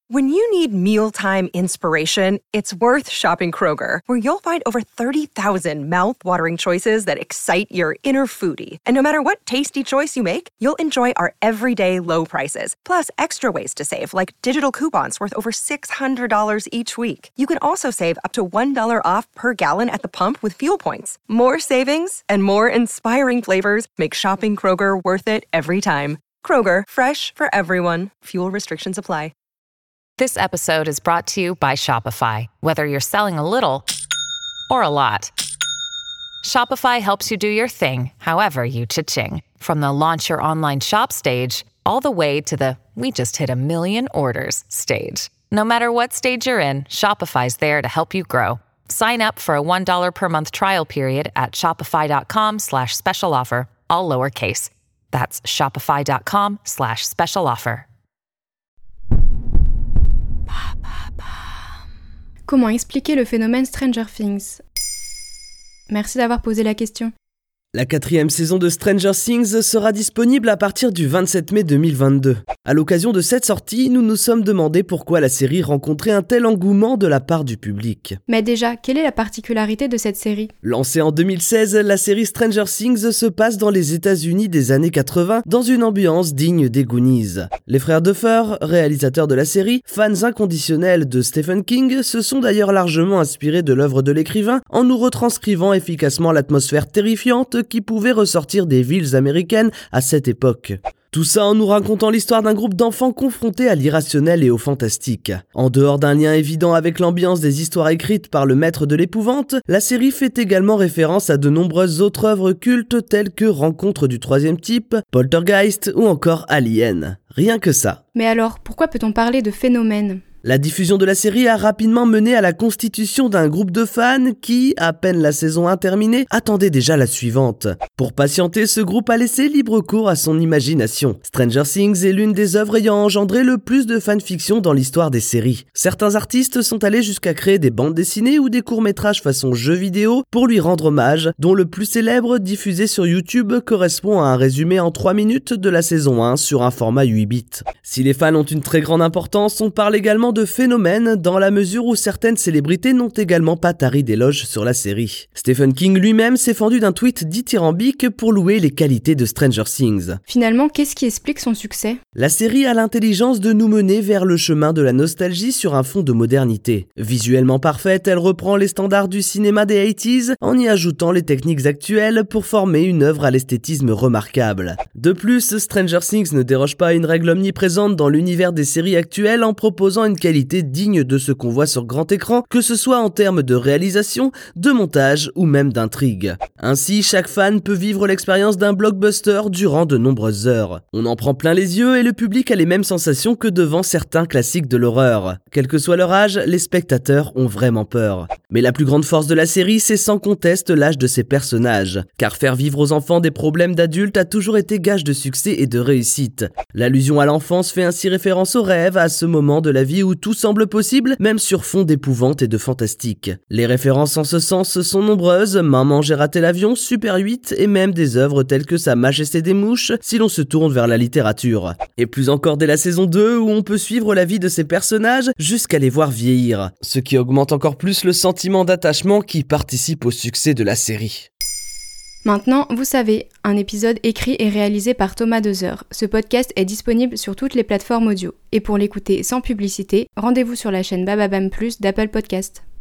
When you need mealtime inspiration, it's worth shopping Kroger, where you'll find over 30,000 mouth-watering choices that excite your inner foodie. And no matter what tasty choice you make, you'll enjoy our everyday low prices, plus extra ways to save, like digital coupons worth over $600 each week. You can also save up to $1 off per gallon at the pump with fuel points. More savings and more inspiring flavors make shopping Kroger worth it every time. Kroger, fresh for everyone. Fuel restrictions apply. This episode is brought to you by Shopify. Whether you're selling a little or a lot, Shopify helps you do your thing, however you cha-ching. From the launch your online shop stage, all the way to the we just hit 1 million orders stage. No matter what stage you're in, Shopify's there to help you grow. Sign up for a $1 per month trial period at shopify.com/special offer, all lowercase. That's shopify.com/special offer. Comment expliquer le phénomène Stranger Things ? Merci d'avoir posé la question. La 4e saison de Stranger Things sera disponible à partir du 27 mai 2022. À l'occasion de cette sortie, nous nous sommes demandé pourquoi la série rencontrait un tel engouement de la part du public. Mais déjà, quelle est la particularité de cette série ? Lancée en 2016, la série Stranger Things se passe dans les États-Unis des années 80 dans une ambiance digne des Goonies. Les frères Duffer, réalisateurs de la série, fans inconditionnels de Stephen King, se sont d'ailleurs largement inspirés de l'œuvre de l'écrivain en nous retranscrivant efficacement l'atmosphère terrifiante qui pouvait ressortir des villes américaines à cette époque. Tout ça en nous racontant l'histoire d'un groupe d'enfants confrontés à l'irrationnel et au fantastique. En dehors d'un lien évident avec l'ambiance des histoires écrites par le maître de l'épouvante, la série fait également référence à de nombreuses autres œuvres cultes telles que Rencontre du troisième type, Poltergeist ou encore Alien. Rien que ça. Mais alors, pourquoi peut-on parler de phénomène ? La diffusion de la série a rapidement mené à la constitution d'un groupe de fans qui, à peine la saison 1 terminée, attendait déjà la suivante. Pour patienter, ce groupe a laissé libre cours à son imagination. Stranger Things est l'une des œuvres ayant engendré le plus de fanfiction dans l'histoire des séries. Certains artistes sont allés jusqu'à créer des bandes dessinées ou des courts-métrages façon jeux vidéo pour lui rendre hommage, dont le plus célèbre, diffusé sur YouTube, correspond à un résumé en 3 minutes de la saison 1 sur un format 8 bits. Si les fans ont une très grande importance, on parle également de phénomène dans la mesure où certaines célébrités n'ont également pas tari d'éloges sur la série. Stephen King lui-même s'est fendu d'un tweet dithyrambique pour louer les qualités de Stranger Things. Finalement, qu'est-ce qui explique son succès ? La série a l'intelligence de nous mener vers le chemin de la nostalgie sur un fond de modernité. Visuellement parfaite, elle reprend les standards du cinéma des 80s en y ajoutant les techniques actuelles pour former une œuvre à l'esthétisme remarquable. De plus, Stranger Things ne déroge pas à une règle omniprésente dans l'univers des séries actuelles en proposant une qualité digne de ce qu'on voit sur grand écran, que ce soit en termes de réalisation, de montage ou même d'intrigue. Ainsi, chaque fan peut vivre l'expérience d'un blockbuster durant de nombreuses heures. On en prend plein les yeux et le public a les mêmes sensations que devant certains classiques de l'horreur. Quel que soit leur âge, les spectateurs ont vraiment peur. Mais la plus grande force de la série, c'est sans conteste l'âge de ses personnages. Car faire vivre aux enfants des problèmes d'adultes a toujours été gage de succès et de réussite. L'allusion à l'enfance fait ainsi référence au rêve, à ce moment de la vie où tout semble possible, même sur fond d'épouvante et de fantastique. Les références en ce sens sont nombreuses, Maman j'ai raté l'avion, Super 8 et même des œuvres telles que Sa Majesté des Mouches si l'on se tourne vers la littérature. Et plus encore dès la saison 2 où on peut suivre la vie de ces personnages jusqu'à les voir vieillir, ce qui augmente encore plus le sentiment d'attachement qui participe au succès de la série. Maintenant, vous savez, un épisode écrit et réalisé par Thomas Dezer. Ce podcast est disponible sur toutes les plateformes audio. Et pour l'écouter sans publicité, rendez-vous sur la chaîne Bababam Plus d'Apple Podcast.